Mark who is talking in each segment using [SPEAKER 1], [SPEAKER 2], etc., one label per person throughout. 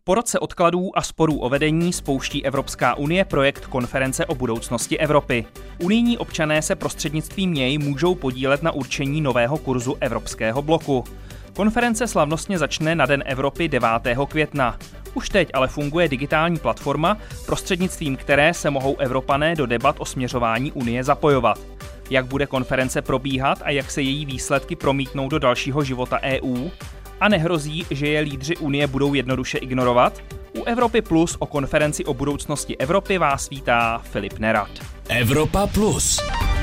[SPEAKER 1] Po roce odkladů a sporů o vedení spouští Evropská unie projekt Konference o budoucnosti Evropy. Unijní občané se prostřednictvím něj můžou podílet na určení nového kurzu evropského bloku. Konference slavnostně začne na Den Evropy 9. května. Už teď ale funguje digitální platforma, prostřednictvím které se mohou Evropané do debat o směřování Unie zapojovat. Jak bude konference probíhat a jak se její výsledky promítnou do dalšího života EU? A nehrozí, že je lídři Unie budou jednoduše ignorovat? U Evropy Plus o konferenci o budoucnosti Evropy vás vítá Filip Nerad.
[SPEAKER 2] Evropa Plus.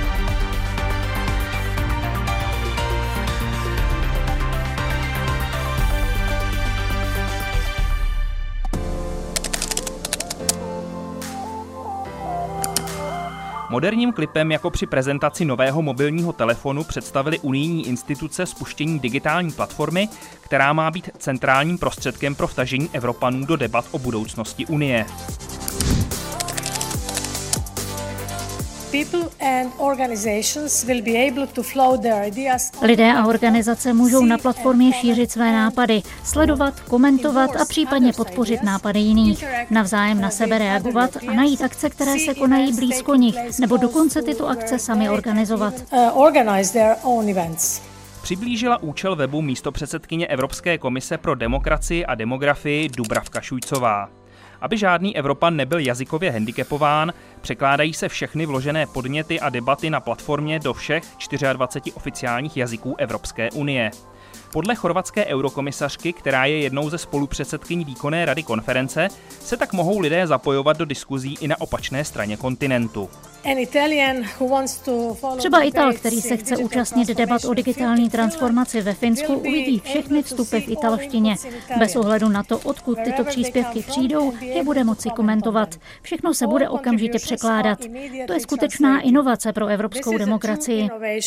[SPEAKER 1] Moderním klipem jako při prezentaci nového mobilního telefonu představili unijní instituce spuštění digitální platformy, která má být centrálním prostředkem pro vtažení Evropanů do debat o budoucnosti Unie.
[SPEAKER 3] Lidé a organizace můžou na platformě šířit své nápady, sledovat, komentovat a případně podpořit nápady jiných, navzájem na sebe reagovat a najít akce, které se konají blízko nich, nebo dokonce tyto akce sami organizovat.
[SPEAKER 1] Přiblížila účel webu místopředsedkyně Evropské komise pro demokracii a demografii Dubravka Šujcová. Aby žádný Evropan nebyl jazykově handicapován, překládají se všechny vložené podněty a debaty na platformě do všech 24 oficiálních jazyků Evropské unie. Podle chorvatské eurokomisařky, která je jednou ze spolupředsedkyní výkonné rady konference, se tak mohou lidé zapojovat do diskuzí i na opačné straně kontinentu.
[SPEAKER 3] Třeba Ital, který se chce účastnit debat o digitální transformaci ve Finsku, uvidí všechny vstupy v italštině. Bez ohledu na to, odkud tyto příspěvky přijdou, je bude moci komentovat. Všechno se bude okamžitě překládat. To je skutečná inovace pro evropskou demokracii.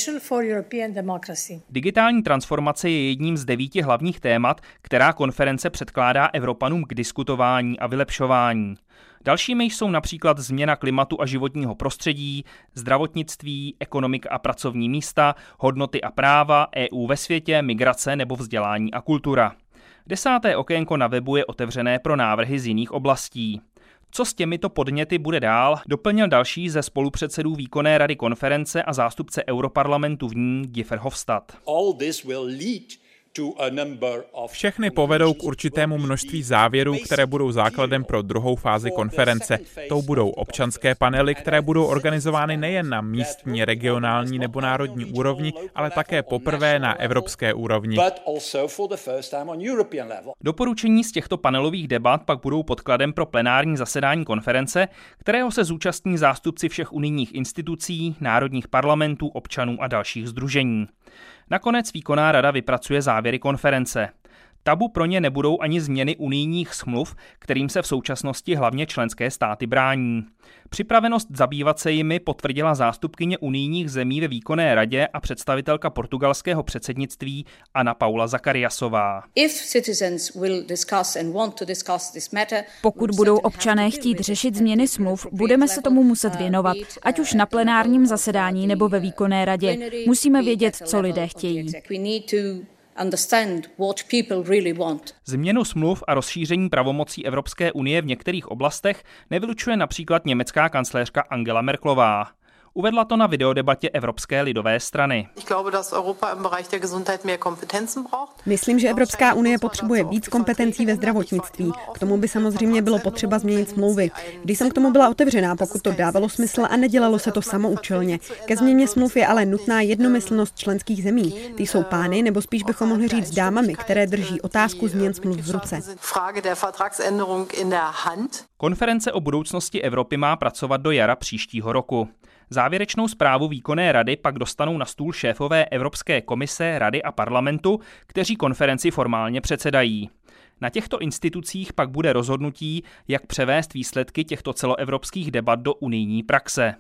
[SPEAKER 1] Digitální transformace je jedním z 9 hlavních témat, která konference předkládá Evropanům k diskutování a vylepšování. Dalšími jsou například změna klimatu a životního prostředí, zdravotnictví, ekonomika a pracovní místa, hodnoty a práva, EU ve světě, migrace nebo vzdělání a kultura. 10. okénko na webu je otevřené pro návrhy z jiných oblastí. Co s těmito podněty bude dál, doplnil další ze spolupředsedů výkonné rady konference a zástupce Europarlamentu v ní Guy Verhofstadt.
[SPEAKER 4] Všechny povedou k určitému množství závěrů, které budou základem pro druhou fázi konference. Tou budou občanské panely, které budou organizovány nejen na místní, regionální nebo národní úrovni, ale také poprvé na evropské úrovni.
[SPEAKER 1] Doporučení z těchto panelových debat pak budou podkladem pro plenární zasedání konference, kterého se zúčastní zástupci všech unijních institucí, národních parlamentů, občanů a dalších sdružení. Nakonec výkonná rada vypracuje závěry konference. Tabu pro ně nebudou ani změny unijních smluv, kterým se v současnosti hlavně členské státy brání. Připravenost zabývat se jimi potvrdila zástupkyně unijních zemí ve výkonné radě a představitelka portugalského předsednictví Ana Paula Zakariasová.
[SPEAKER 5] Pokud budou občané chtít řešit změny smluv, budeme se tomu muset věnovat, ať už na plenárním zasedání nebo ve výkonné radě. Musíme vědět, co lidé chtějí.
[SPEAKER 1] Změnu smluv a rozšíření pravomocí Evropské unie v některých oblastech nevylučuje například německá kancléřka Angela Merkelová. Uvedla to na videodebatě Evropské lidové strany.
[SPEAKER 6] Myslím, že Evropská unie potřebuje víc kompetencí ve zdravotnictví. K tomu by samozřejmě bylo potřeba změnit smlouvy. Když jsem k tomu byla otevřená, pokud to dávalo smysl a nedělalo se to samoučelně. Ke změně smluv je ale nutná jednomyslnost členských zemí. Ty jsou pány, nebo spíš bychom mohli říct dámami, které drží otázku změn smluv v ruce.
[SPEAKER 1] Konference o budoucnosti Evropy má pracovat do jara příštího roku. Závěrečnou zprávu výkonné rady pak dostanou na stůl šéfové Evropské komise, rady a parlamentu, kteří konferenci formálně předsedají. Na těchto institucích pak bude rozhodnutí, jak převést výsledky těchto celoevropských debat do unijní praxe.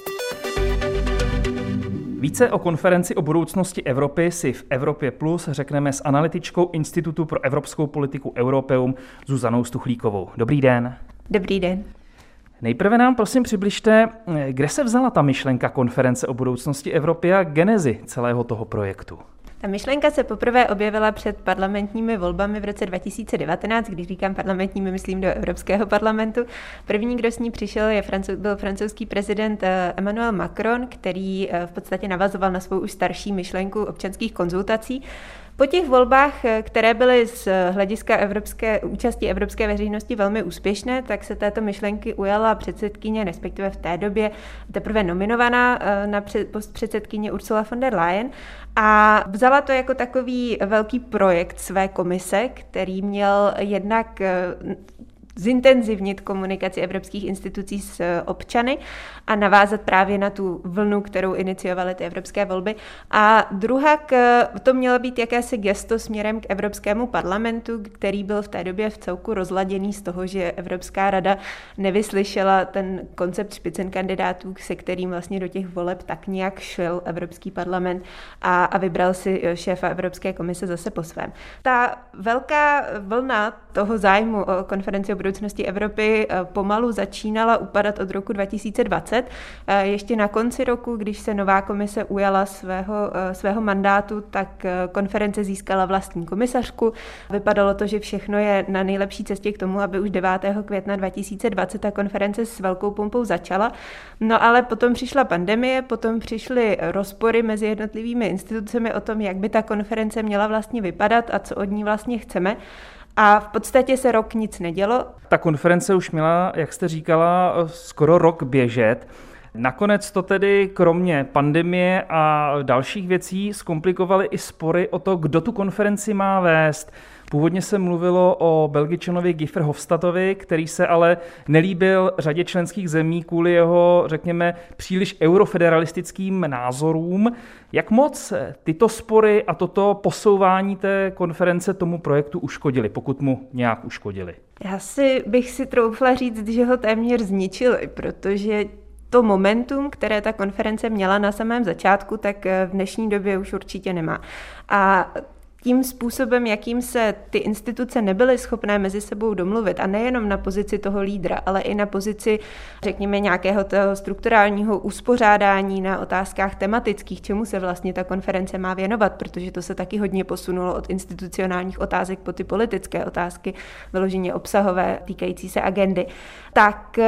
[SPEAKER 1] Více o konferenci o budoucnosti Evropy si v Evropě Plus řekneme s analytičkou Institutu pro evropskou politiku Europeum Zuzanou Stuchlíkovou. Dobrý den.
[SPEAKER 7] Dobrý den.
[SPEAKER 1] Nejprve nám prosím přibližte, kde se vzala ta myšlenka konference o budoucnosti Evropy a genezi celého toho projektu.
[SPEAKER 7] Ta myšlenka se poprvé objevila před parlamentními volbami v roce 2019, když říkám parlamentními, myslím do Evropského parlamentu. První, kdo s ní přišel, byl francouzský prezident Emmanuel Macron, který v podstatě navazoval na svou už starší myšlenku občanských konzultací. Po těch volbách, které byly z hlediska účasti evropské veřejnosti velmi úspěšné, tak se této myšlenky ujala předsedkyně, respektive v té době teprve nominovaná na post předsedkyně Ursula von der Leyen a vzala to jako takový velký projekt své komise, který měl jednak zintenzivnit komunikaci evropských institucí s občany a navázat právě na tu vlnu, kterou iniciovaly ty evropské volby. A druhak to mělo být jakési gesto směrem k Evropskému parlamentu, který byl v té době v celku rozladěný z toho, že Evropská rada nevyslyšela ten koncept špicenkandidátů, se kterým vlastně do těch voleb tak nějak šel Evropský parlament a vybral si šéfa Evropské komise zase po svém. Ta velká vlna toho zájmu o konferenci o budoucnosti Evropy pomalu začínala upadat od roku 2020. Ještě na konci roku, když se nová komise ujala svého mandátu, tak konference získala vlastní komisařku. Vypadalo to, že všechno je na nejlepší cestě k tomu, aby už 9. května 2020 ta konference s velkou pompou začala. No ale potom přišla pandemie, potom přišly rozpory mezi jednotlivými institucemi o tom, jak by ta konference měla vlastně vypadat a co od ní vlastně chceme. A v podstatě se rok nic nedělo.
[SPEAKER 1] Ta konference už měla, jak jste říkala, skoro rok běžet. Nakonec to tedy kromě pandemie a dalších věcí zkomplikovaly i spory o to, kdo tu konferenci má vést. Původně se mluvilo o Belgičanovi Guy Verhofstadtovi, který se ale nelíbil řadě členských zemí kvůli jeho, řekněme, příliš eurofederalistickým názorům. Jak moc tyto spory a toto posouvání té konference tomu projektu uškodili, pokud mu nějak uškodili?
[SPEAKER 7] Bych si troufla říct, že ho téměř zničili, protože to momentum, které ta konference měla na samém začátku, tak v dnešní době už určitě nemá. A tím způsobem, jakým se ty instituce nebyly schopné mezi sebou domluvit, a nejenom na pozici toho lídra, ale i na pozici, řekněme, nějakého toho strukturálního uspořádání na otázkách tematických, čemu se vlastně ta konference má věnovat, protože to se taky hodně posunulo od institucionálních otázek po ty politické otázky, vyloženě obsahové, týkající se agendy. Tak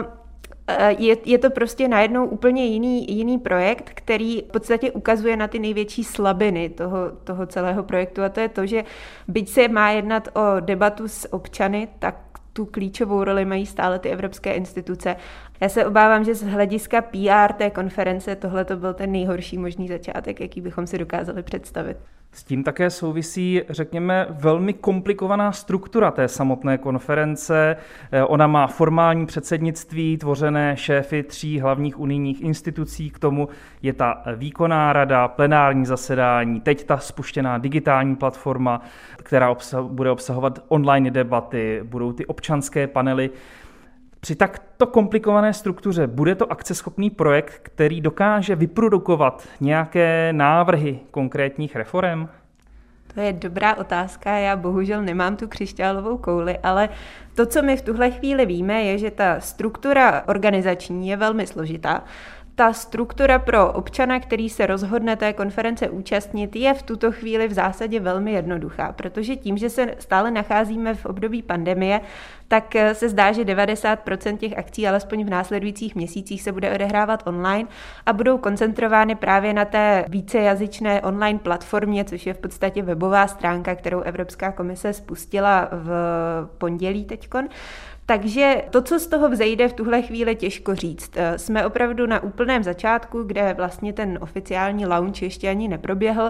[SPEAKER 7] je to prostě najednou úplně jiný projekt, který v podstatě ukazuje na ty největší slabiny toho celého projektu, a to je to, že byť se má jednat o debatu s občany, tak tu klíčovou roli mají stále ty evropské instituce. Já se obávám, že z hlediska PR té konference tohle to byl ten nejhorší možný začátek, jaký bychom si dokázali představit.
[SPEAKER 1] S tím také souvisí, řekněme, velmi komplikovaná struktura té samotné konference. Ona má formální předsednictví, tvořené šéfy 3 hlavních unijních institucí, k tomu je ta výkonná rada, plenární zasedání, teď ta spuštěná digitální platforma, která bude obsahovat online debaty, budou ty občanské panely. Při takto komplikované struktuře bude to akceschopný projekt, který dokáže vyprodukovat nějaké návrhy konkrétních reforem?
[SPEAKER 7] To je dobrá otázka, já bohužel nemám tu křišťálovou kouli, ale to, co my v tuhle chvíli víme, je, že ta struktura organizační je velmi složitá. Ta struktura pro občana, který se rozhodne té konference účastnit, je v tuto chvíli v zásadě velmi jednoduchá, protože tím, že se stále nacházíme v období pandemie, tak se zdá, že 90% těch akcí, alespoň v následujících měsících, se bude odehrávat online a budou koncentrovány právě na té vícejazyčné online platformě, což je v podstatě webová stránka, kterou Evropská komise spustila v pondělí teďkon. Takže to, co z toho vzejde, v tuhle chvíli těžko říct. Jsme opravdu na úplném začátku, kde vlastně ten oficiální launch ještě ani neproběhl.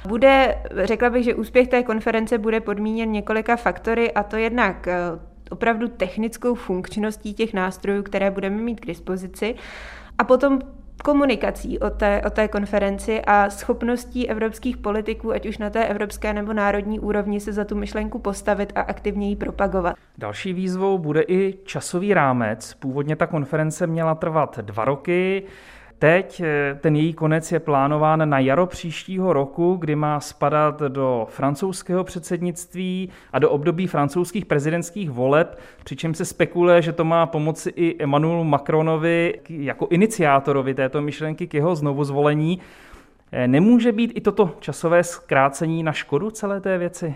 [SPEAKER 7] Řekla bych, že úspěch té konference bude podmíněn několika faktory, a to jednak opravdu technickou funkčností těch nástrojů, které budeme mít k dispozici, a potom komunikací o té konferenci a schopností evropských politiků, ať už na té evropské nebo národní úrovni, se za tu myšlenku postavit a aktivně ji propagovat.
[SPEAKER 1] Další výzvou bude i časový rámec. Původně ta konference měla trvat 2 roky. Teď ten její konec je plánován na jaro příštího roku, kdy má spadat do francouzského předsednictví a do období francouzských prezidentských voleb, přičemž se spekuluje, že to má pomoci i Emmanuelu Macronovi jako iniciátorovi této myšlenky k jeho znovuzvolení. Nemůže být i toto časové zkrácení na škodu celé té věci?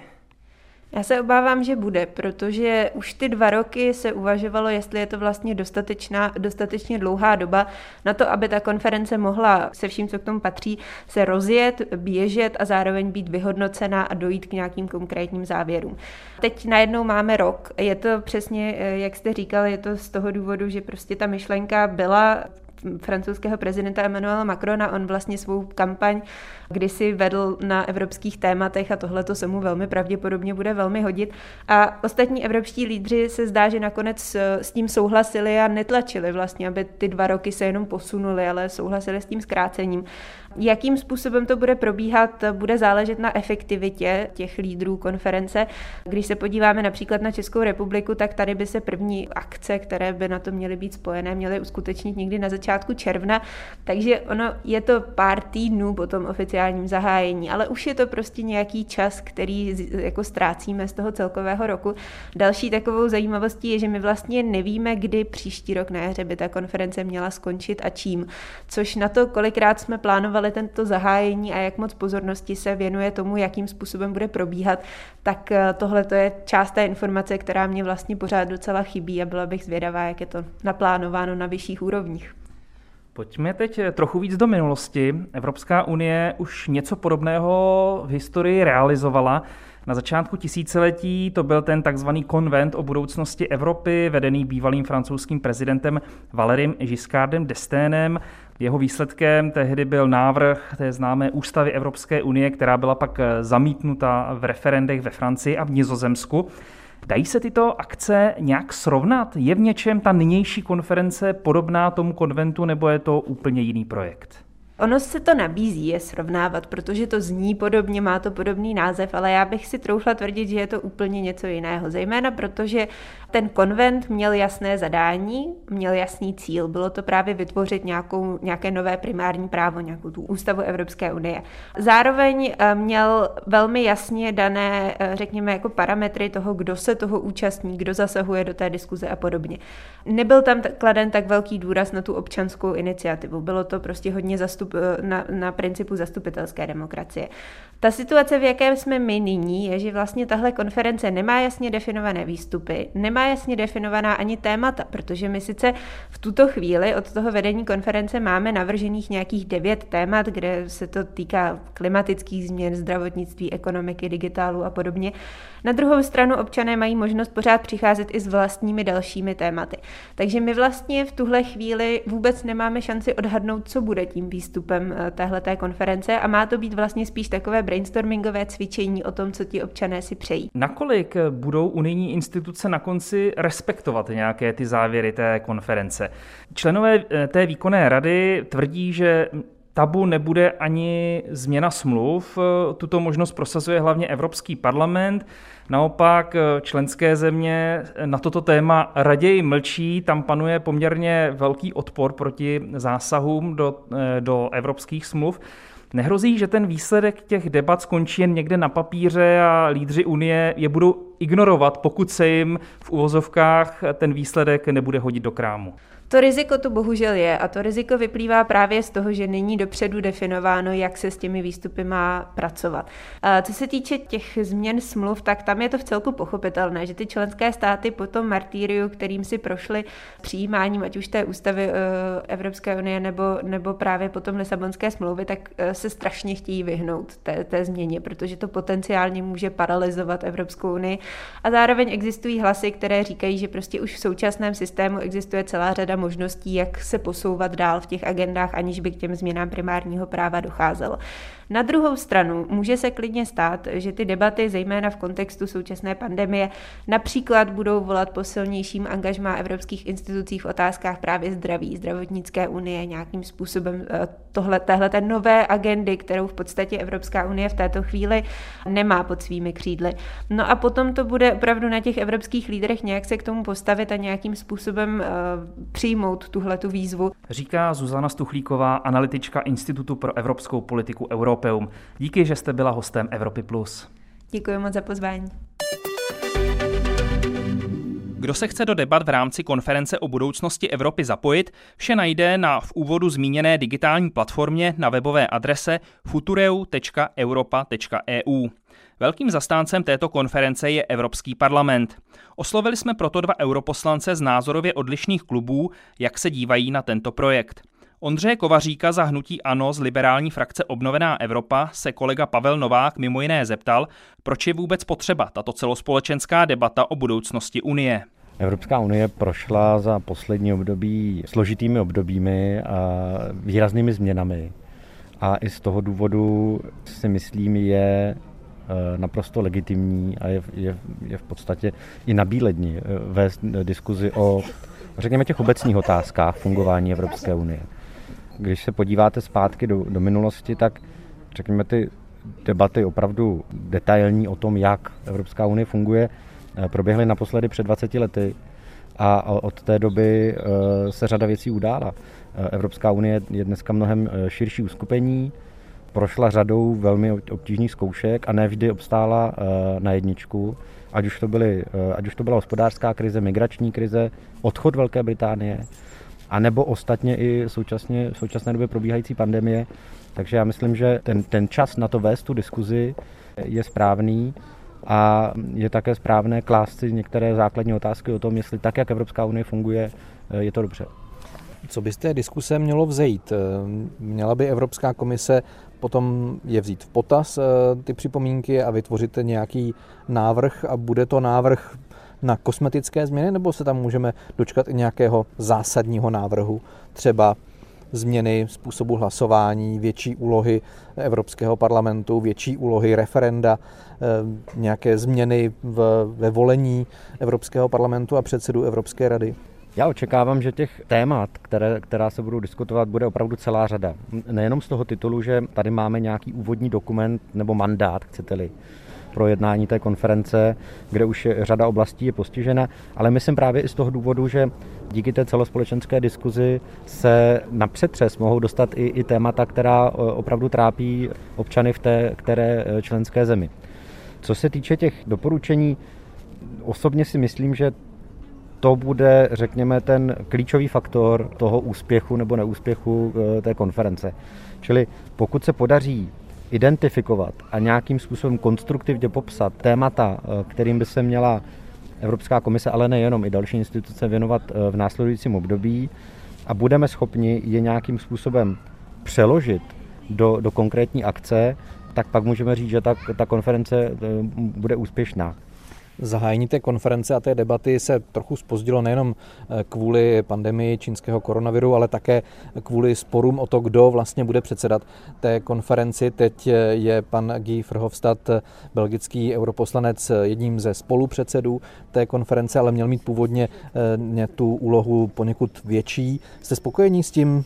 [SPEAKER 7] Já se obávám, že bude, protože už ty 2 roky se uvažovalo, jestli je to vlastně dostatečně dlouhá doba na to, aby ta konference mohla se vším, co k tomu patří, se rozjet, běžet a zároveň být vyhodnocena a dojít k nějakým konkrétním závěrům. Teď najednou máme rok. Je to přesně, jak jste říkal, je to z toho důvodu, že prostě ta myšlenka byla francouzského prezidenta Emmanuela Macrona. On vlastně svou kampaň kdysi vedl na evropských tématech a tohleto se mu velmi pravděpodobně bude velmi hodit. A ostatní evropští lídři se zdá, že nakonec s tím souhlasili a netlačili vlastně, aby ty 2 roky se jenom posunuly, ale souhlasili s tím zkrácením. Jakým způsobem to bude probíhat, bude záležet na efektivitě těch lídrů konference. Když se podíváme například na Českou republiku, tak tady by se první akce, které by na to měly být spojené, měly uskutečnit někdy na začátku června. Takže ono je to pár týdnů po tom oficiálním zahájení, ale už je to prostě nějaký čas, který jako ztrácíme z toho celkového roku. Další takovou zajímavostí je, že my vlastně nevíme, kdy příští rok na jaře by ta konference měla skončit a čím, což na to, kolikrát jsme plánovali tento zahájení a jak moc pozornosti se věnuje tomu, jakým způsobem bude probíhat, tak tohle to je část té informace, která mě vlastně pořád docela chybí a byla bych zvědavá, jak je to naplánováno na vyšších úrovních.
[SPEAKER 1] Pojďme teď trochu víc do minulosti. Evropská unie už něco podobného v historii realizovala. Na začátku tisíciletí to byl ten takzvaný konvent o budoucnosti Evropy, vedený bývalým francouzským prezidentem Valeriem Giscardem d'Estaingem. Jeho výsledkem tehdy byl návrh té známé ústavy Evropské unie, která byla pak zamítnuta v referendech ve Francii a v Nizozemsku. Dají se tyto akce nějak srovnat? Je v něčem ta nynější konference podobná tomu konventu, nebo je to úplně jiný projekt?
[SPEAKER 7] Ono se to nabízí je srovnávat, protože to zní podobně, má to podobný název, ale já bych si troufla tvrdit, že je to úplně něco jiného. Zejména protože ten konvent měl jasné zadání, měl jasný cíl. Bylo to právě vytvořit nějaké nové primární právo, nějakou tu ústavu Evropské unie. Zároveň měl velmi jasně dané, řekněme, jako parametry toho, kdo se toho účastní, kdo zasahuje do té diskuze a podobně. Nebyl tam kladen tak velký důraz na tu občanskou iniciativu. Bylo to prostě hodně na principu zastupitelské demokracie. Ta situace, v jaké jsme my nyní, je, že vlastně tahle konference nemá jasně definované výstupy, nemá jasně definovaná ani témata, protože my sice v tuto chvíli od toho vedení konference máme navržených nějakých 9 témat, kde se to týká klimatických změn, zdravotnictví, ekonomiky, digitálu a podobně. Na druhou stranu občané mají možnost pořád přicházet i s vlastními dalšími tématy. Takže my vlastně v tuhle chvíli vůbec nemáme šanci odhadnout, co bude tím výstupem téhleté konference a má to být vlastně spíš takové brainstormingové cvičení o tom, co ti občané si přejí.
[SPEAKER 1] Nakolik budou unijní instituce na konci respektovat nějaké ty závěry té konference? Členové té výkonné rady tvrdí, že tabu nebude ani změna smluv. Tuto možnost prosazuje hlavně Evropský parlament. Naopak členské země na toto téma raději mlčí. Tam panuje poměrně velký odpor proti zásahům do evropských smluv. Nehrozí, že ten výsledek těch debat skončí jen někde na papíře a lídři Unie je budou ignorovat, pokud se jim v uvozovkách ten výsledek nebude hodit do krámu?
[SPEAKER 7] To riziko tu bohužel je a to riziko vyplývá právě z toho, že není dopředu definováno, jak se s těmi výstupy má pracovat. Co se týče těch změn smluv, tak tam je to vcelku pochopitelné, že ty členské státy po tom martýriu, kterým si prošly přijímáním, ať už té ústavy Evropské unie nebo právě potom Lisabonské smlouvy, tak se strašně chtějí vyhnout té změně, protože to potenciálně může paralyzovat Evropskou unii. A zároveň existují hlasy, které říkají, že prostě už v současném systému existuje celá řada možností, jak se posouvat dál v těch agendách, aniž by k těm změnám primárního práva docházelo. Na druhou stranu může se klidně stát, že ty debaty, zejména v kontextu současné pandemie, například budou volat po silnějším angažmá evropských institucí v otázkách právě zdraví, zdravotnické unie, nějakým způsobem téhleté nové agendy, kterou v podstatě Evropská unie v této chvíli nemá pod svými křídly. No a potom to bude opravdu na těch evropských lídrech nějak se k tomu postavit a nějakým způsobem přijmout tuhletu výzvu.
[SPEAKER 1] Říká Zuzana Stuchlíková, analytička Institutu pro evropskou politiku Europeum. Díky, že jste byla hostem Evropy+.
[SPEAKER 7] Děkuji moc za pozvání.
[SPEAKER 1] Kdo se chce do debat v rámci konference o budoucnosti Evropy zapojit, vše najde v úvodu zmíněné digitální platformě na webové adrese futureu.europa.eu. Velkým zastáncem této konference je Evropský parlament. Oslovili jsme proto 2 europoslance z názorově odlišných klubů, jak se dívají na tento projekt. Ondřeje Kovaříka za hnutí ANO z liberální frakce Obnovená Evropa se kolega Pavel Novák mimo jiné zeptal, proč je vůbec potřeba tato celospolečenská debata o budoucnosti Unie.
[SPEAKER 8] Evropská unie prošla za poslední období složitými obdobími a výraznými změnami. A i z toho důvodu si myslím, je naprosto legitimní a je v podstatě i nabíledni vést diskuzi o, řekněme, těch obecných otázkách fungování Evropské unie. Když se podíváte zpátky do minulosti, tak řekněme ty debaty opravdu detailní o tom, jak Evropská unie funguje, proběhly naposledy před 20 lety a od té doby se řada věcí udála. Evropská unie je dneska mnohem širší uskupení, prošla řadou velmi obtížných zkoušek a ne vždy obstála na jedničku, ať už to byla hospodářská krize, migrační krize, odchod Velké Británie, anebo ostatně i v současné době probíhající pandemie. Takže já myslím, že ten čas na to vést tu diskuzi je správný a je také správné klást si některé základní otázky o tom, jestli tak, jak Evropská unie funguje, je to dobře.
[SPEAKER 9] Co by z té diskuse mělo vzejít? Měla by Evropská komise potom je vzít v potaz ty připomínky a vytvořit nějaký návrh a bude to návrh na kosmetické změny, nebo se tam můžeme dočkat i nějakého zásadního návrhu, třeba změny způsobu hlasování, větší úlohy Evropského parlamentu, větší úlohy referenda, nějaké změny ve volení Evropského parlamentu a předsedu Evropské rady?
[SPEAKER 8] Já očekávám, že těch témat, která se budou diskutovat, bude opravdu celá řada. Nejenom z toho titulu, že tady máme nějaký úvodní dokument nebo mandát, chcete-li, pro jednání té konference, kde už řada oblastí je postižena, ale myslím právě i z toho důvodu, že díky té celospolečenské diskuzi se na přetřes mohou dostat i témata, která opravdu trápí občany v té které členské zemi. Co se týče těch doporučení, osobně si myslím, že to bude, řekněme, ten klíčový faktor toho úspěchu nebo neúspěchu té konference. Čili pokud se podaří identifikovat a nějakým způsobem konstruktivně popsat témata, kterým by se měla Evropská komise, ale nejenom i další instituce věnovat v následujícím období a budeme schopni je nějakým způsobem přeložit do konkrétní akce, tak pak můžeme říct, že ta konference bude úspěšná.
[SPEAKER 9] Zahájení té konference a té debaty se trochu zpozdilo nejenom kvůli pandemii čínského koronaviru, ale také kvůli sporům o to, kdo vlastně bude předsedat té konferenci. Teď je pan Guy Verhofstadt, belgický europoslanec, jedním ze spolupředsedů té konference, ale měl mít původně tu úlohu poněkud větší. Jste spokojení s tím,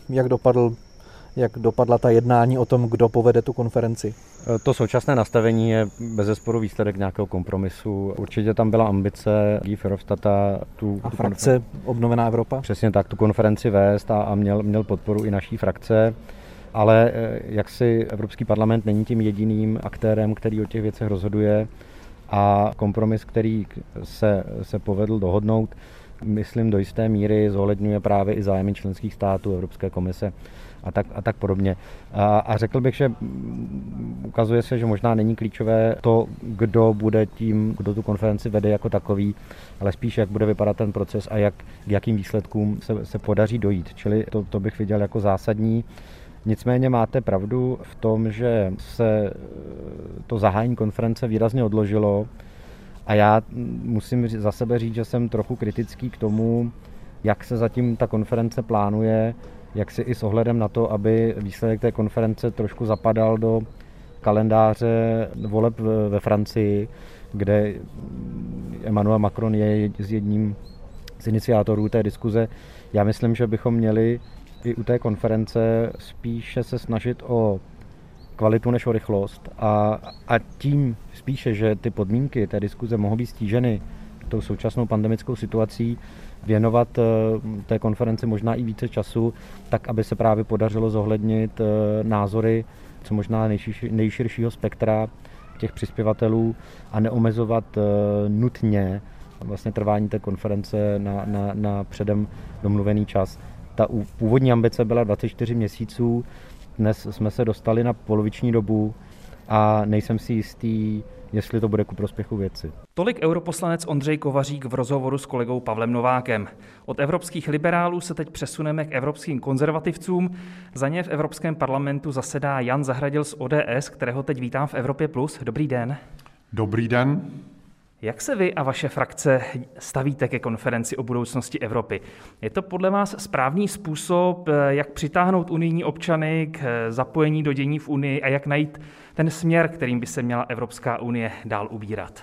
[SPEAKER 9] jak dopadla ta jednání o tom, kdo povede tu konferenci?
[SPEAKER 8] To současné nastavení je bezesporu výsledek nějakého kompromisu. Určitě tam byla ambice Guy Verhofstadta
[SPEAKER 9] a frakce Obnovená Evropa?
[SPEAKER 8] Přesně tak, tu konferenci vést a měl podporu i naší frakce. Ale jaksi Evropský parlament není tím jediným aktérem, který o těch věcech rozhoduje a kompromis, který se povedl dohodnout, myslím do jisté míry zohledňuje právě i zájmy členských států Evropské komise a tak podobně. A řekl bych, že ukazuje se, že možná není klíčové to, kdo tu konferenci vede jako takový, ale spíš, jak bude vypadat ten proces a k jakým výsledkům se podaří dojít. Čili to bych viděl jako zásadní. Nicméně máte pravdu v tom, že se to zahájení konference výrazně odložilo a já musím za sebe říct, že jsem trochu kritický k tomu, jak se zatím ta konference plánuje, jak si i s ohledem na to, aby výsledek té konference trošku zapadal do kalendáře voleb ve Francii, kde Emmanuel Macron je jedním z iniciátorů té diskuze. Já myslím, že bychom měli i u té konference spíše se snažit o kvalitu než o rychlost a tím spíše, že ty podmínky té diskuze mohou být stíženy tou současnou pandemickou situací, věnovat té konferenci možná i více času, tak aby se právě podařilo zohlednit názory co možná nejširšího spektra těch přispěvatelů a neomezovat nutně vlastně trvání té konference na předem domluvený čas. Ta původní ambice byla 24 měsíců, dnes jsme se dostali na poloviční dobu a nejsem si jistý, jestli to bude ku prospěchu věci.
[SPEAKER 1] Tolik europoslanec Ondřej Kovařík v rozhovoru s kolegou Pavlem Novákem. Od evropských liberálů se teď přesuneme k evropským konzervativcům. Za ně v Evropském parlamentu zasedá Jan Zahradil z ODS, kterého teď vítám v Evropě Plus. Dobrý den.
[SPEAKER 10] Dobrý den.
[SPEAKER 1] Jak se vy a vaše frakce stavíte ke konferenci o budoucnosti Evropy? Je to podle vás správný způsob, jak přitáhnout unijní občany k zapojení do dění v Unii a jak najít ten směr, kterým by se měla Evropská unie dál ubírat?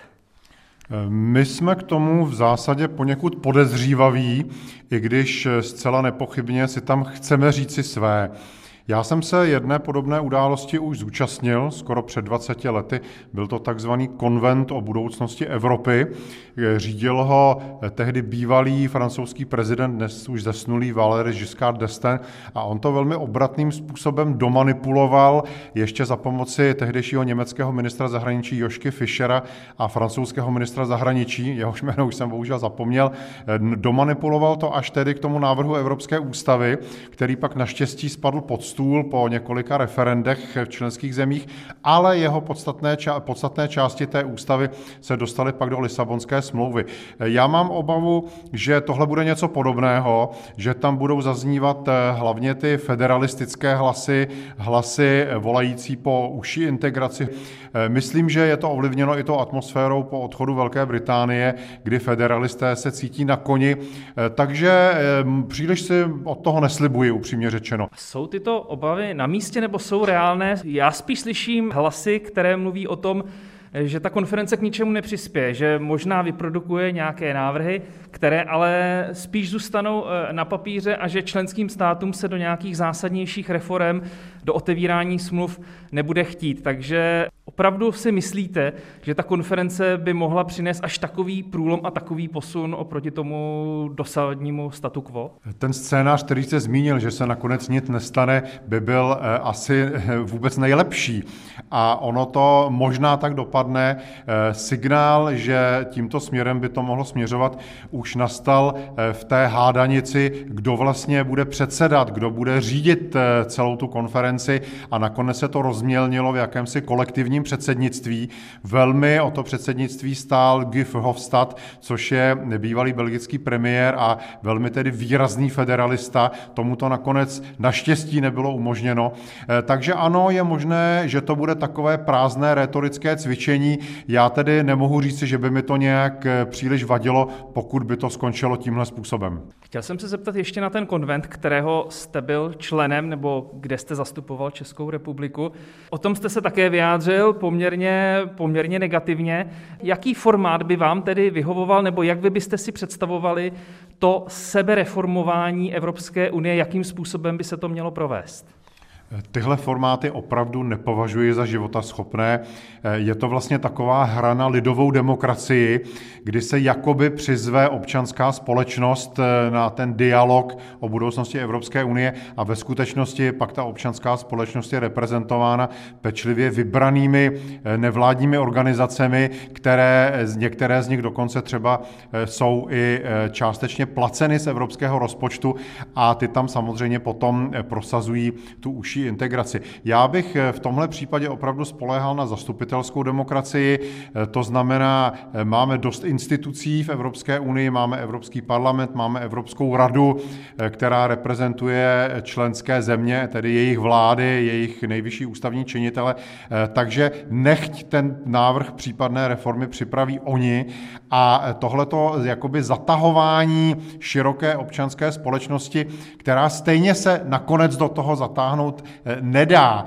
[SPEAKER 10] My jsme k tomu v zásadě poněkud podezřívaví, i když zcela nepochybně si tam chceme říci své. Já jsem se jedné podobné události už zúčastnil skoro před 20 lety. Byl to takzvaný konvent o budoucnosti Evropy. Řídil ho tehdy bývalý francouzský prezident, dnes už zesnulý Valéry Giscard d'Estaing, a on to velmi obratným způsobem domanipuloval ještě za pomoci tehdejšího německého ministra zahraničí Joschky Fischera a francouzského ministra zahraničí, jehož jméno už jsem bohužel zapomněl. Domanipuloval to až tedy k tomu návrhu Evropské ústavy, který pak naštěstí spadl pod stůl po několika referendech v členských zemích, ale jeho podstatné části té ústavy se dostaly pak do Lisabonské smlouvy. Já mám obavu, že tohle bude něco podobného, že tam budou zaznívat hlavně ty federalistické hlasy volající po užší integraci. Myslím, že je to ovlivněno i tou atmosférou po odchodu Velké Británie, kdy federalisté se cítí na koni, takže příliš si od toho neslibuji, upřímně řečeno.
[SPEAKER 1] Jsou tyto obavy na místě nebo jsou reálné? Já spíš slyším hlasy, které mluví o tom, že ta konference k ničemu nepřispěje, že možná vyprodukuje nějaké návrhy, které ale spíš zůstanou na papíře a že členským státům se do nějakých zásadnějších reforem, do otevírání smluv nebude chtít. Takže opravdu si myslíte, že ta konference by mohla přinést až takový průlom a takový posun oproti tomu dosavadnímu statu quo?
[SPEAKER 10] Ten scénář, který jste zmínil, že se nakonec nic nestane, by byl asi vůbec nejlepší. A ono to možná tak dopadne. Signál, že tímto směrem by to mohlo směřovat, už nastal v té hádanici, kdo vlastně bude předsedat, kdo bude řídit celou tu konferenci, a nakonec se to rozmělnilo v jakémsi kolektivním předsednictví. Velmi o to předsednictví stál Guy Verhofstadt, což je bývalý belgický premiér a velmi tedy výrazný federalista. Tomu to nakonec naštěstí nebylo umožněno. Takže ano, je možné, že to bude takové prázdné rétorické cvičení. Já tedy nemohu říci, že by mi to nějak příliš vadilo, pokud by to skončilo tímhle způsobem.
[SPEAKER 1] Chtěl jsem se zeptat ještě na ten konvent, kterého jste byl členem, nebo kde jste zastupoval Českou republiku. O tom jste se také vyjádřil poměrně negativně. Jaký formát by vám tedy vyhovoval, nebo jak vy byste si představovali to sebereformování Evropské unie, jakým způsobem by se to mělo provést?
[SPEAKER 10] Tyhle formáty opravdu nepovažuji za životaschopné. Je to vlastně taková hra na lidovou demokracii, kdy se jakoby přizve občanská společnost na ten dialog o budoucnosti Evropské unie a ve skutečnosti pak ta občanská společnost je reprezentována pečlivě vybranými nevládními organizacemi, některé z nich dokonce třeba jsou i částečně placeny z evropského rozpočtu a ty tam samozřejmě potom prosazují tu užší integraci. Já bych v tomhle případě opravdu spoléhal na zastupitelskou demokracii, to znamená, máme dost institucí v Evropské unii, máme Evropský parlament, máme Evropskou radu, která reprezentuje členské země, tedy jejich vlády, jejich nejvyšší ústavní činitele, takže nechť ten návrh případné reformy připraví oni a tohleto jakoby zatahování široké občanské společnosti, která stejně se nakonec do toho zatáhnout nedá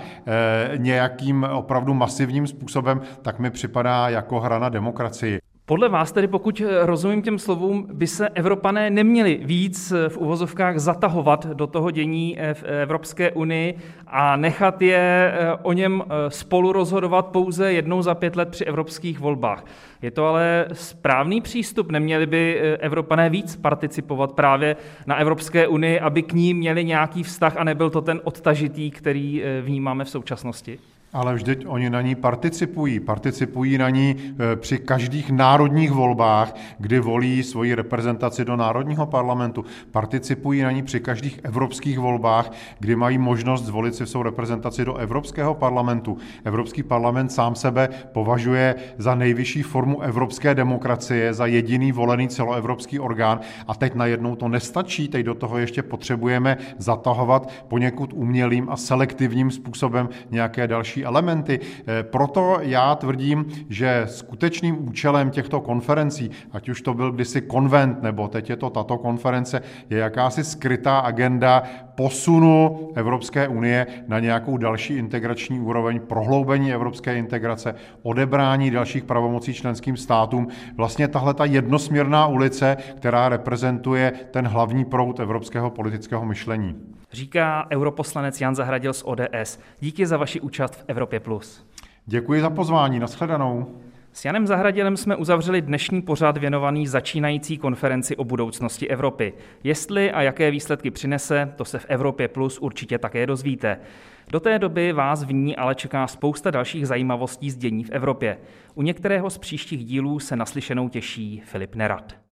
[SPEAKER 10] nějakým opravdu masivním způsobem, tak mi připadá jako hra na demokracii.
[SPEAKER 1] Podle vás tedy, pokud rozumím těm slovům, by se Evropané neměli víc v uvozovkách zatahovat do toho dění v Evropské unii a nechat je o něm spolu rozhodovat pouze jednou za 5 let při evropských volbách. Je to ale správný přístup? Neměli by Evropané víc participovat právě na Evropské unii, aby k ní měli nějaký vztah a nebyl to ten odtažitý, který vnímáme v současnosti?
[SPEAKER 10] Ale vždyť oni na ní participují. Participují na ní při každých národních volbách, kdy volí svoji reprezentaci do Národního parlamentu. Participují na ní při každých evropských volbách, kdy mají možnost zvolit si svou reprezentaci do Evropského parlamentu. Evropský parlament sám sebe považuje za nejvyšší formu evropské demokracie, za jediný volený celoevropský orgán a teď najednou to nestačí, teď do toho ještě potřebujeme zatahovat poněkud umělým a selektivním způsobem nějaké další elementy. Proto já tvrdím, že skutečným účelem těchto konferencí, ať už to byl kdysi konvent, nebo teď je to tato konference, je jakási skrytá agenda posunu Evropské unie na nějakou další integrační úroveň, prohloubení evropské integrace, odebrání dalších pravomocí členským státům. Vlastně tahle ta jednosměrná ulice, která reprezentuje ten hlavní proud evropského politického myšlení.
[SPEAKER 1] Říká europoslanec Jan Zahradil z ODS. Díky za vaši účast v Evropě+.
[SPEAKER 10] Děkuji za pozvání, nashledanou.
[SPEAKER 1] S Janem Zahradilem jsme uzavřeli dnešní pořad věnovaný začínající konferenci o budoucnosti Evropy. Jestli a jaké výsledky přinese, to se v Evropě Plus určitě také dozvíte. Do té doby vás v ní ale čeká spousta dalších zajímavostí z dění v Evropě. U některého z příštích dílů se naslyšenou těší Filip Nerad.